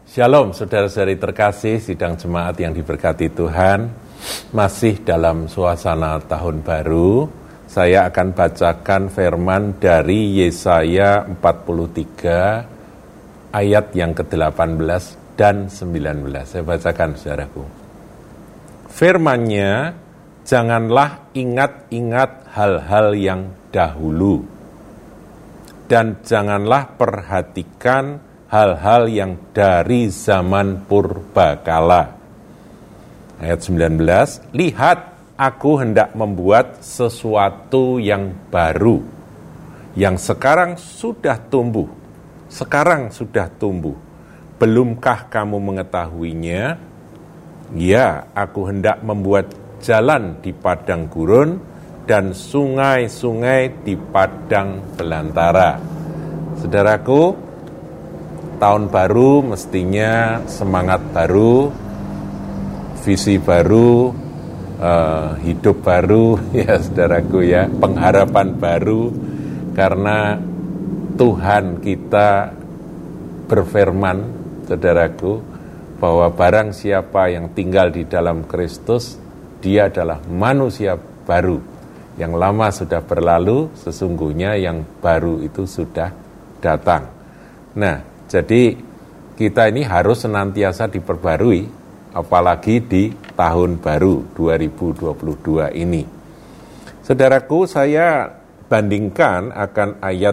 Shalom saudara-saudari terkasih, sidang jemaat yang diberkati Tuhan. Masih dalam suasana tahun baru, saya akan bacakan firman dari Yesaya 43 ayat yang ke-18 dan 19. Saya bacakan saudaraku. Firman-Nya, janganlah ingat-ingat hal-hal yang dahulu, dan janganlah perhatikan hal-hal yang dari zaman purbakala. Ayat 19, lihat aku hendak membuat sesuatu yang baru, yang sekarang sudah tumbuh. Belumkah kamu mengetahuinya? Ya, aku hendak membuat jalan di padang gurun dan sungai-sungai di padang belantara. Saudaraku, tahun baru mestinya semangat baru, visi baru, hidup baru, ya saudaraku ya, pengharapan baru, karena Tuhan kita berfirman, saudaraku, bahwa barang siapa yang tinggal di dalam Kristus, dia adalah manusia baru. Yang lama sudah berlalu, sesungguhnya yang baru itu sudah datang. Nah, jadi kita ini harus senantiasa diperbarui, apalagi di tahun baru 2022 ini. Saudaraku, saya bandingkan akan ayat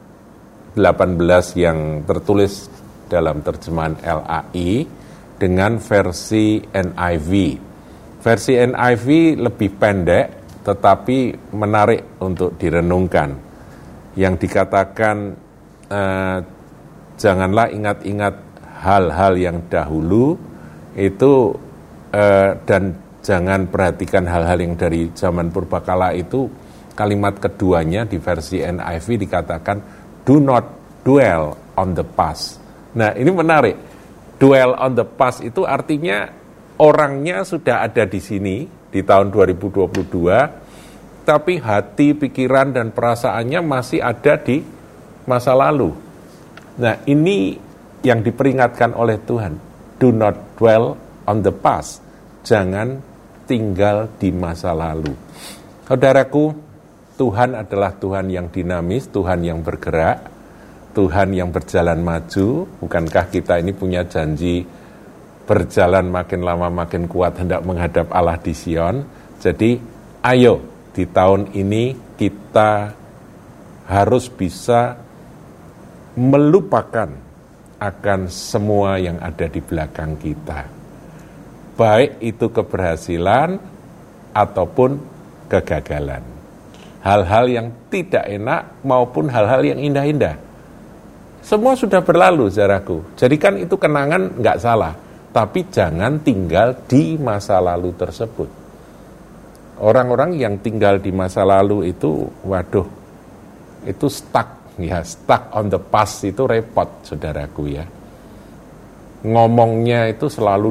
18 yang tertulis dalam terjemahan LAI dengan versi NIV. Versi NIV lebih pendek tetapi menarik untuk direnungkan. Yang dikatakan janganlah ingat-ingat hal-hal yang dahulu itu dan jangan perhatikan hal-hal yang dari zaman purbakala itu. Kalimat keduanya di versi NIV dikatakan do not dwell on the past. Nah, ini menarik. Dwell on the past itu artinya orangnya sudah ada di sini di tahun 2022, tapi hati, pikiran dan perasaannya masih ada di masa lalu. Nah, ini yang diperingatkan oleh Tuhan. Do not dwell on the past. Jangan tinggal di masa lalu. Saudaraku, Tuhan adalah Tuhan yang dinamis, Tuhan yang bergerak, Tuhan yang berjalan maju. Bukankah kita ini punya janji berjalan makin lama makin kuat hendak menghadap Allah di Sion? Jadi, ayo di tahun ini kita harus bisa melupakan akan semua yang ada di belakang kita. Baik itu keberhasilan ataupun kegagalan. Hal-hal yang tidak enak maupun hal-hal yang indah-indah. Semua sudah berlalu, saudaraku. Jadi kan itu kenangan nggak salah. Tapi jangan tinggal di masa lalu tersebut. Orang-orang yang tinggal di masa lalu itu, waduh, itu stuck. Ya, stuck on the past itu repot, saudaraku ya. Ngomongnya itu selalu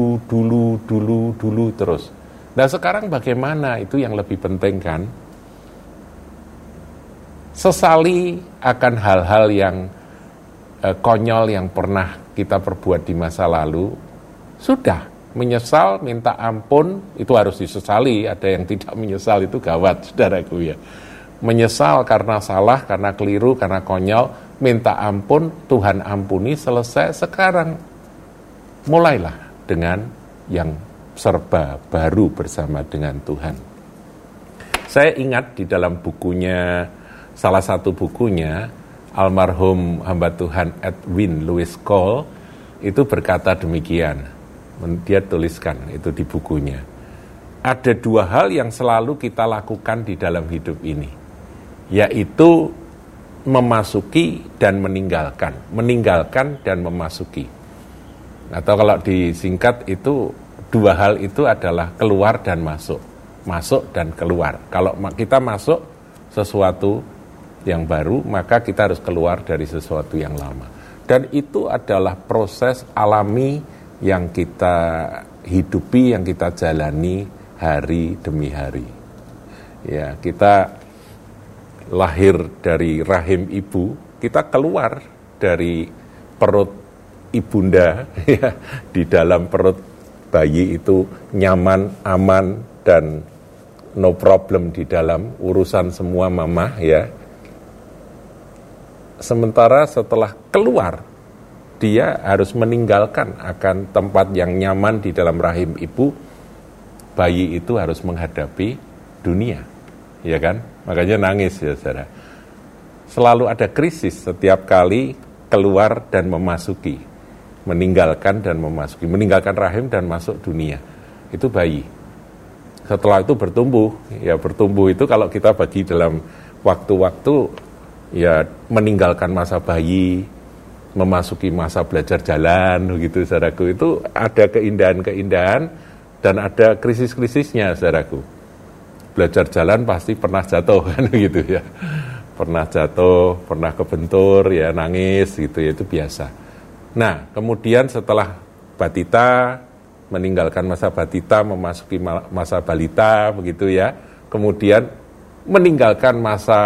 dulu terus. Nah, sekarang bagaimana? Itu yang lebih penting kan? Sesali akan hal-hal yang konyol yang pernah kita perbuat di masa lalu. Sudah, menyesal, minta ampun, itu harus disesali. Ada yang tidak menyesal, itu gawat, saudaraku ya. Menyesal karena salah, karena keliru, karena konyol, minta ampun, Tuhan ampuni, selesai. Sekarang mulailah dengan yang serba baru bersama dengan Tuhan. Saya ingat di dalam bukunya, salah satu bukunya, almarhum hamba Tuhan Edwin Louis Cole itu berkata demikian. Dia tuliskan itu di bukunya. Ada dua hal yang selalu kita lakukan di dalam hidup ini, yaitu memasuki dan meninggalkan dan memasuki. Atau kalau disingkat itu dua hal itu adalah keluar dan masuk dan keluar. Kalau kita masuk sesuatu yang baru, maka kita harus keluar dari sesuatu yang lama. Dan itu adalah proses alami yang kita hidupi, yang kita jalani hari demi hari. Ya, kita lahir dari rahim ibu, kita keluar dari perut ibunda ya, di dalam perut bayi itu nyaman, aman, dan no problem di dalam urusan semua mama ya. Sementara setelah keluar, dia harus meninggalkan akan tempat yang nyaman di dalam rahim ibu. Bayi itu harus menghadapi dunia, ya kan? Makanya nangis ya saudara. Selalu ada krisis setiap kali keluar dan memasuki, meninggalkan dan memasuki, meninggalkan rahim dan masuk dunia. Itu bayi. Setelah itu bertumbuh, ya bertumbuh itu kalau kita bagi dalam waktu-waktu, ya meninggalkan masa bayi, memasuki masa belajar jalan, begitu saudaraku. Itu ada keindahan-keindahan dan ada krisis-krisisnya saudaraku. Belajar jalan pasti pernah jatuh kan gitu ya. Pernah jatuh, pernah kebentur, ya nangis gitu ya, itu biasa. Nah, kemudian setelah batita, meninggalkan masa batita, memasuki masa balita, begitu ya. Kemudian meninggalkan masa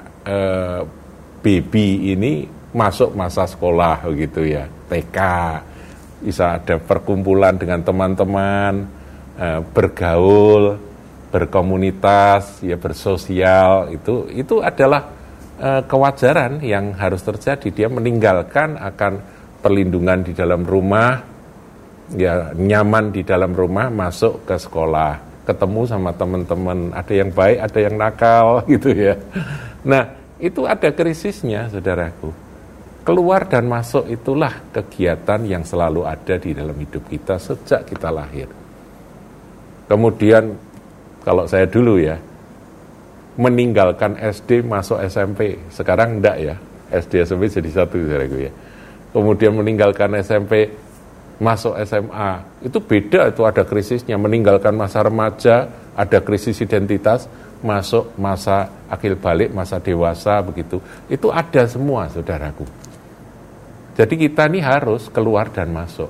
baby ini, masuk masa sekolah, begitu ya. TK, bisa ada perkumpulan dengan teman-teman, bergaul, berkomunitas, ya bersosial, itu adalah kewajaran yang harus terjadi. Dia meninggalkan akan perlindungan di dalam rumah, ya nyaman di dalam rumah, masuk ke sekolah, ketemu sama teman-teman, ada yang baik, ada yang nakal gitu ya. Nah, itu ada krisisnya saudaraku. Keluar dan masuk itulah kegiatan yang selalu ada di dalam hidup kita sejak kita lahir. Kemudian kalau saya dulu ya, meninggalkan SD masuk SMP, sekarang enggak ya, SD SMP jadi satu saudaraku ya. Kemudian meninggalkan SMP masuk SMA, itu beda, itu ada krisisnya. Meninggalkan masa remaja, ada krisis identitas, masuk masa akil balik, masa dewasa, begitu. Itu ada semua saudaraku. Jadi kita ini harus keluar dan masuk.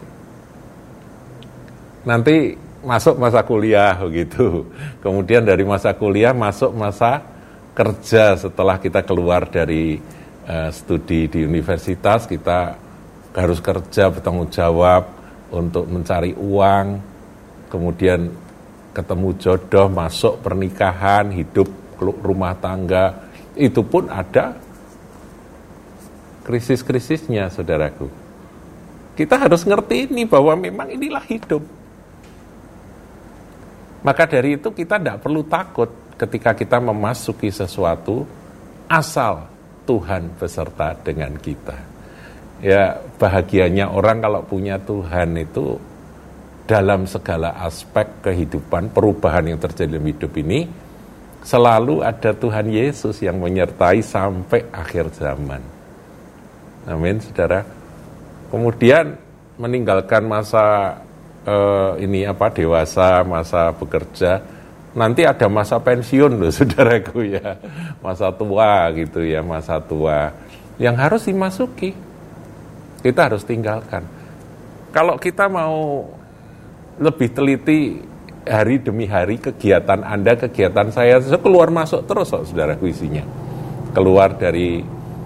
Nanti masuk masa kuliah begitu. Kemudian dari masa kuliah masuk masa kerja. Setelah kita keluar dari studi di universitas, kita harus kerja, bertanggung jawab untuk mencari uang. Kemudian ketemu jodoh, masuk pernikahan, hidup rumah tangga. Itu pun ada krisis-krisisnya saudaraku. Kita harus ngerti ini bahwa memang inilah hidup. Maka dari itu kita tidak perlu takut ketika kita memasuki sesuatu asal Tuhan beserta dengan kita. Ya, bahagianya orang kalau punya Tuhan itu dalam segala aspek kehidupan, perubahan yang terjadi dalam hidup ini, selalu ada Tuhan Yesus yang menyertai sampai akhir zaman. Amin, saudara. Kemudian meninggalkan masa dewasa, masa bekerja, nanti ada masa pensiun loh saudaraku ya, masa tua gitu ya, masa tua yang harus dimasuki, kita harus tinggalkan. Kalau kita mau lebih teliti hari demi hari, kegiatan Anda, kegiatan saya keluar masuk terus saudaraku isinya, keluar dari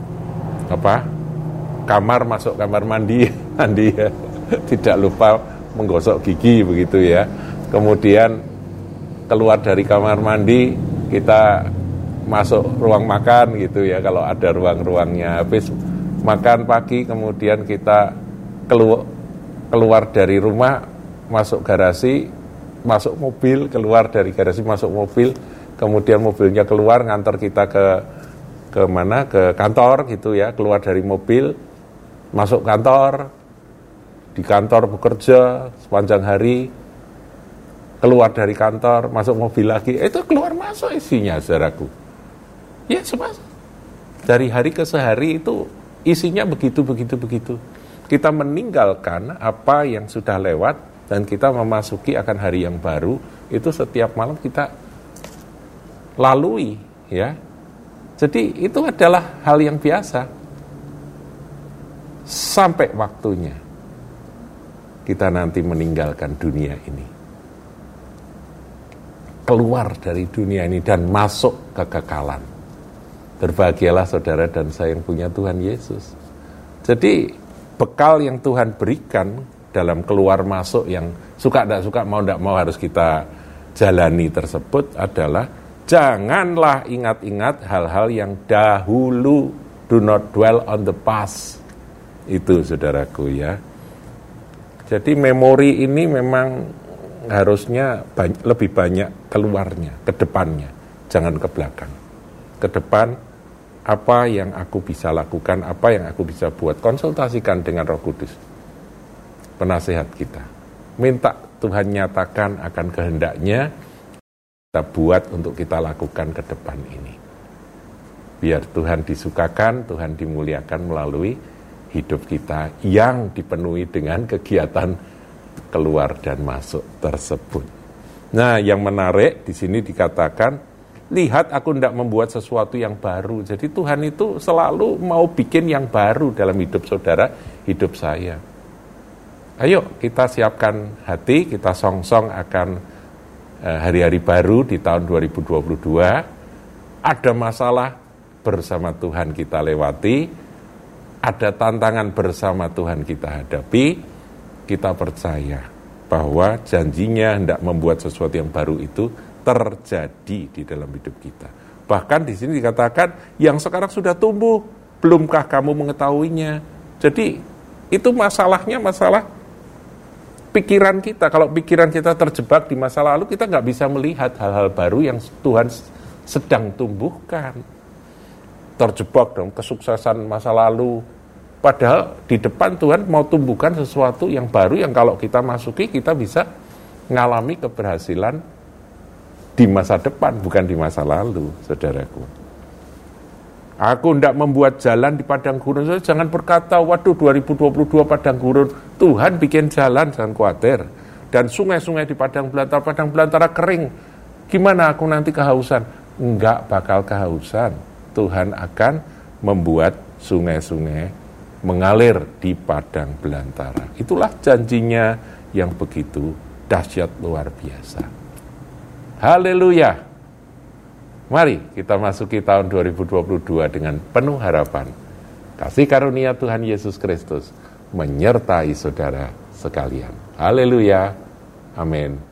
kamar, masuk kamar mandi ya, tidak lupa menggosok gigi begitu ya. Kemudian keluar dari kamar mandi, kita masuk ruang makan gitu ya, kalau ada ruang-ruangnya. Habis makan pagi, kemudian kita keluar dari rumah, masuk garasi, masuk mobil, keluar dari garasi, masuk mobil, kemudian mobilnya keluar ngantar kita ke mana, ke kantor gitu ya, keluar dari mobil, masuk kantor, di kantor bekerja sepanjang hari, keluar dari kantor, masuk mobil lagi, itu keluar masuk isinya saudaraku. Ya semua dari hari ke sehari itu isinya begitu. Kita meninggalkan apa yang sudah lewat dan kita memasuki akan hari yang baru, itu setiap malam kita lalui ya. Jadi itu adalah hal yang biasa sampai waktunya kita nanti meninggalkan dunia ini, keluar dari dunia ini dan masuk kekekalan. Berbahagialah saudara dan saya yang punya Tuhan Yesus. Jadi bekal yang Tuhan berikan dalam keluar masuk yang suka tidak suka, mau tidak mau harus kita jalani tersebut adalah janganlah ingat-ingat hal-hal yang dahulu. Do not dwell on the past. Itu saudaraku ya. Jadi memori ini memang harusnya lebih banyak keluarnya, ke depannya, jangan ke belakang. Ke depan, apa yang aku bisa lakukan, apa yang aku bisa buat, konsultasikan dengan Roh Kudus, penasehat kita. Minta Tuhan nyatakan akan kehendaknya, kita buat untuk kita lakukan ke depan ini. Biar Tuhan disukakan, Tuhan dimuliakan melalui hidup kita yang dipenuhi dengan kegiatan keluar dan masuk tersebut. Nah, yang menarik di sini dikatakan, lihat aku tidak membuat sesuatu yang baru. Jadi Tuhan itu selalu mau bikin yang baru dalam hidup saudara, hidup saya. Ayo kita siapkan hati, kita song-song akan hari-hari baru di tahun 2022. Ada masalah bersama Tuhan kita lewati, ada tantangan bersama Tuhan kita hadapi. Kita percaya bahwa janjinya hendak membuat sesuatu yang baru itu terjadi di dalam hidup kita. Bahkan di sini dikatakan yang sekarang sudah tumbuh, belumkah kamu mengetahuinya? Jadi itu masalahnya masalah pikiran kita. Kalau pikiran kita terjebak di masa lalu, kita nggak bisa melihat hal-hal baru yang Tuhan sedang tumbuhkan. Terjebak dalam kesuksesan masa lalu, padahal di depan Tuhan mau tumbuhkan sesuatu yang baru yang kalau kita masuki, kita bisa ngalami keberhasilan di masa depan, bukan di masa lalu, saudaraku. Aku hendak membuat jalan di padang gurun. Jangan berkata, waduh 2022 padang gurun. Tuhan bikin jalan, jangan khawatir. Dan sungai-sungai di padang belantara kering. Gimana aku nanti kehausan? Enggak bakal kehausan. Tuhan akan membuat sungai-sungai mengalir di padang belantara. Itulah janjinya yang begitu dahsyat luar biasa. Haleluya. Mari kita masuki tahun 2022 dengan penuh harapan. Kasih karunia Tuhan Yesus Kristus menyertai saudara sekalian. Haleluya. Amin.